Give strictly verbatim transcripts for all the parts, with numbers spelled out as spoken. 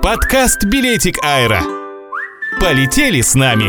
Подкаст «Билетик Аэро». Полетели с нами!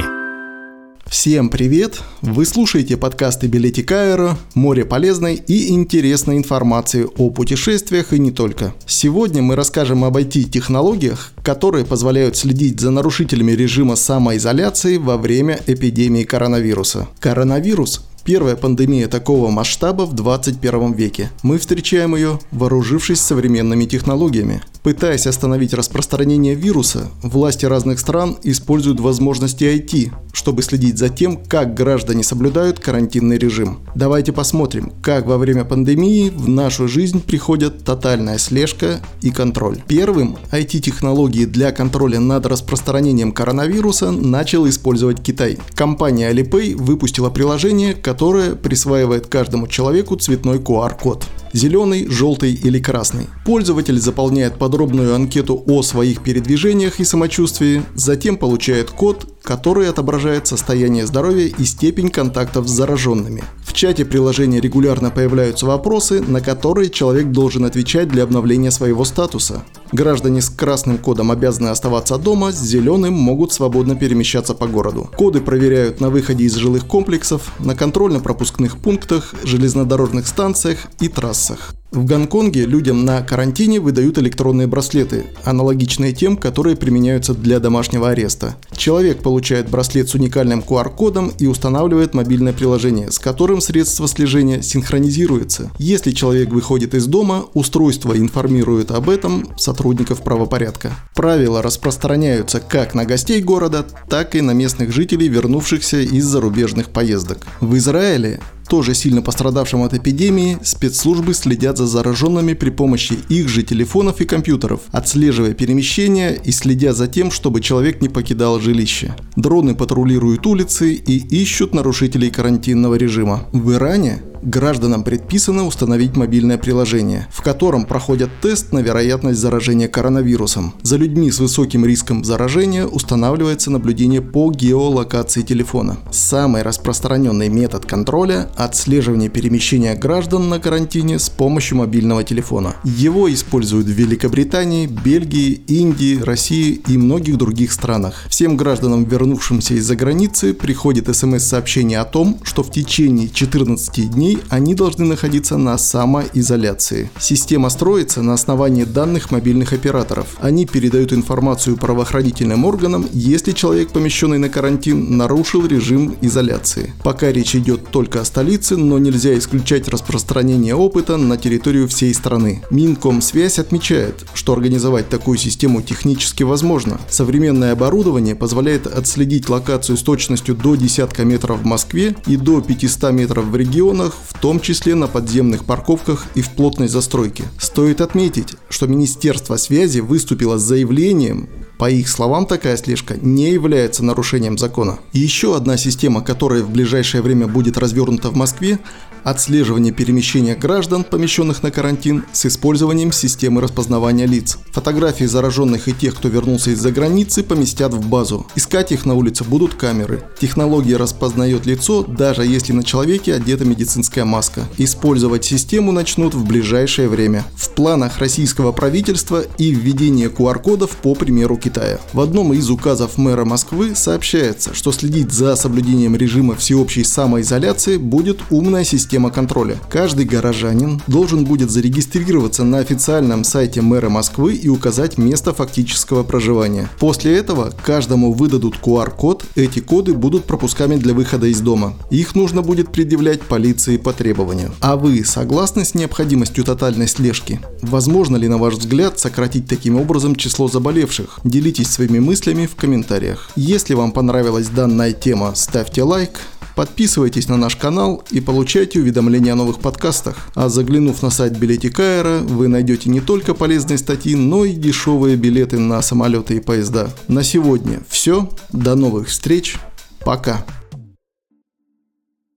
Всем привет! Вы слушаете подкасты «Билетик Аэро», море полезной и интересной информации о путешествиях и не только. Сегодня мы расскажем об ай ти-технологиях, которые позволяют следить за нарушителями режима самоизоляции во время эпидемии коронавируса. Коронавирус – первая пандемия такого масштаба в двадцать первом веке. Мы встречаем ее, вооружившись современными технологиями. Пытаясь остановить распространение вируса, власти разных стран используют возможности ай ти, чтобы следить за тем, как граждане соблюдают карантинный режим. Давайте посмотрим, как во время пандемии в нашу жизнь приходят тотальная слежка и контроль. Первым ай ти-технологии для контроля над распространением коронавируса начал использовать Китай. Компания Alipay выпустила приложение, которое присваивает каждому человеку цветной ку ар-код. Зеленый, желтый или красный. Пользователь заполняет подробную анкету о своих передвижениях и самочувствии, затем получает код, который отображает состояние здоровья и степень контактов с зараженными. В чате приложения регулярно появляются вопросы, на которые человек должен отвечать для обновления своего статуса. Граждане с красным кодом обязаны оставаться дома, с зеленым могут свободно перемещаться по городу. Коды проверяют на выходе из жилых комплексов, на контрольно-пропускных пунктах, железнодорожных станциях и трассах. В Гонконге людям на карантине выдают электронные браслеты, аналогичные тем, которые применяются для домашнего ареста. Человек получает браслет с уникальным ку ар-кодом и устанавливает мобильное приложение, с которым средство слежения синхронизируется. Если человек выходит из дома, устройство информирует об этом сотрудников правопорядка. Правила распространяются как на гостей города, так и на местных жителей, вернувшихся из зарубежных поездок. В Израиле, тоже сильно пострадавшим от эпидемии, спецслужбы следят за зараженными при помощи их же телефонов и компьютеров, отслеживая перемещения и следя за тем, чтобы человек не покидал жилище. Дроны патрулируют улицы и ищут нарушителей карантинного режима. В Иране гражданам предписано установить мобильное приложение, в котором проходят тест на вероятность заражения коронавирусом. За людьми с высоким риском заражения устанавливается наблюдение по геолокации телефона. Самый распространенный метод контроля – отслеживание перемещения граждан на карантине с помощью мобильного телефона. Его используют в Великобритании, Бельгии, Индии, России и многих других странах. Всем гражданам, вернувшимся из-за границы, приходит смс-сообщение о том, что в течение четырнадцати дней они должны находиться на самоизоляции. Система строится на основании данных мобильных операторов. Они передают информацию правоохранительным органам, если человек, помещенный на карантин, нарушил режим изоляции. Пока речь идет только о столице, но нельзя исключать распространение опыта на территорию всей страны. Минкомсвязь отмечает, что организовать такую систему технически возможно. Современное оборудование позволяет отследить локацию с точностью до десятка метров в Москве и до пятисот метров в регионах, в том числе на подземных парковках и в плотной застройке. Стоит отметить, что Министерство связи выступило с заявлением. По их словам, такая слежка не является нарушением закона. И еще одна система, которая в ближайшее время будет развернута в Москве – отслеживание перемещения граждан, помещенных на карантин, с использованием системы распознавания лиц. Фотографии зараженных и тех, кто вернулся из-за границы, поместят в базу. Искать их на улице будут камеры. Технология распознает лицо, даже если на человеке одета медицинская маска. Использовать систему начнут в ближайшее время. В планах российского правительства и введение ку ар-кодов по примеру Китая. В одном из указов мэра Москвы сообщается, что следить за соблюдением режима всеобщей самоизоляции будет умная система контроля. Каждый горожанин должен будет зарегистрироваться на официальном сайте мэра Москвы и указать место фактического проживания. После этого каждому выдадут ку ар-код, эти коды будут пропусками для выхода из дома. Их нужно будет предъявлять полиции по требованию. А вы согласны с необходимостью тотальной слежки? Возможно ли, на ваш взгляд, сократить таким образом число заболевших? Делитесь своими мыслями в комментариях. Если вам понравилась данная тема, ставьте лайк. Подписывайтесь на наш канал и получайте уведомления о новых подкастах. А заглянув на сайт Билетик Аэро, вы найдете не только полезные статьи, но и дешевые билеты на самолеты и поезда. На сегодня все. До новых встреч. Пока.